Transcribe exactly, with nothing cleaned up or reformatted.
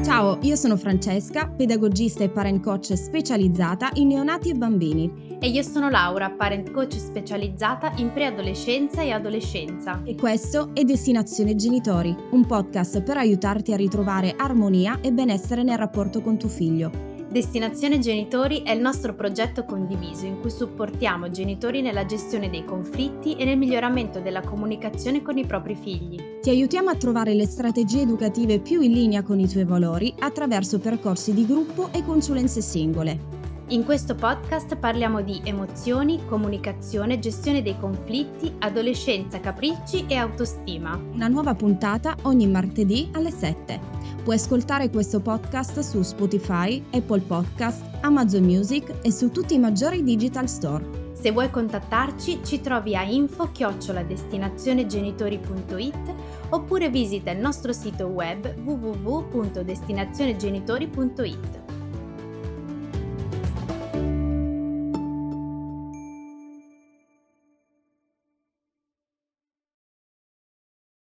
Ciao, io sono Francesca, pedagogista e parent coach specializzata in neonati e bambini. E io sono Laura, parent coach specializzata in preadolescenza e adolescenza. E questo è Destinazione Genitori, un podcast per aiutarti a ritrovare armonia e benessere nel rapporto con tuo figlio. Destinazione Genitori è il nostro progetto condiviso in cui supportiamo genitori nella gestione dei conflitti e nel miglioramento della comunicazione con i propri figli. Ti aiutiamo a trovare le strategie educative più in linea con i tuoi valori attraverso percorsi di gruppo e consulenze singole. In questo podcast parliamo di emozioni, comunicazione, gestione dei conflitti, adolescenza, capricci e autostima. Una nuova puntata ogni martedì alle sette. Puoi ascoltare questo podcast su Spotify, Apple Podcast, Amazon Music e su tutti i maggiori digital store. Se vuoi contattarci, ci trovi a info chiocciola destinazionegenitori punto it oppure visita il nostro sito web w w w punto destinazionegenitori punto it.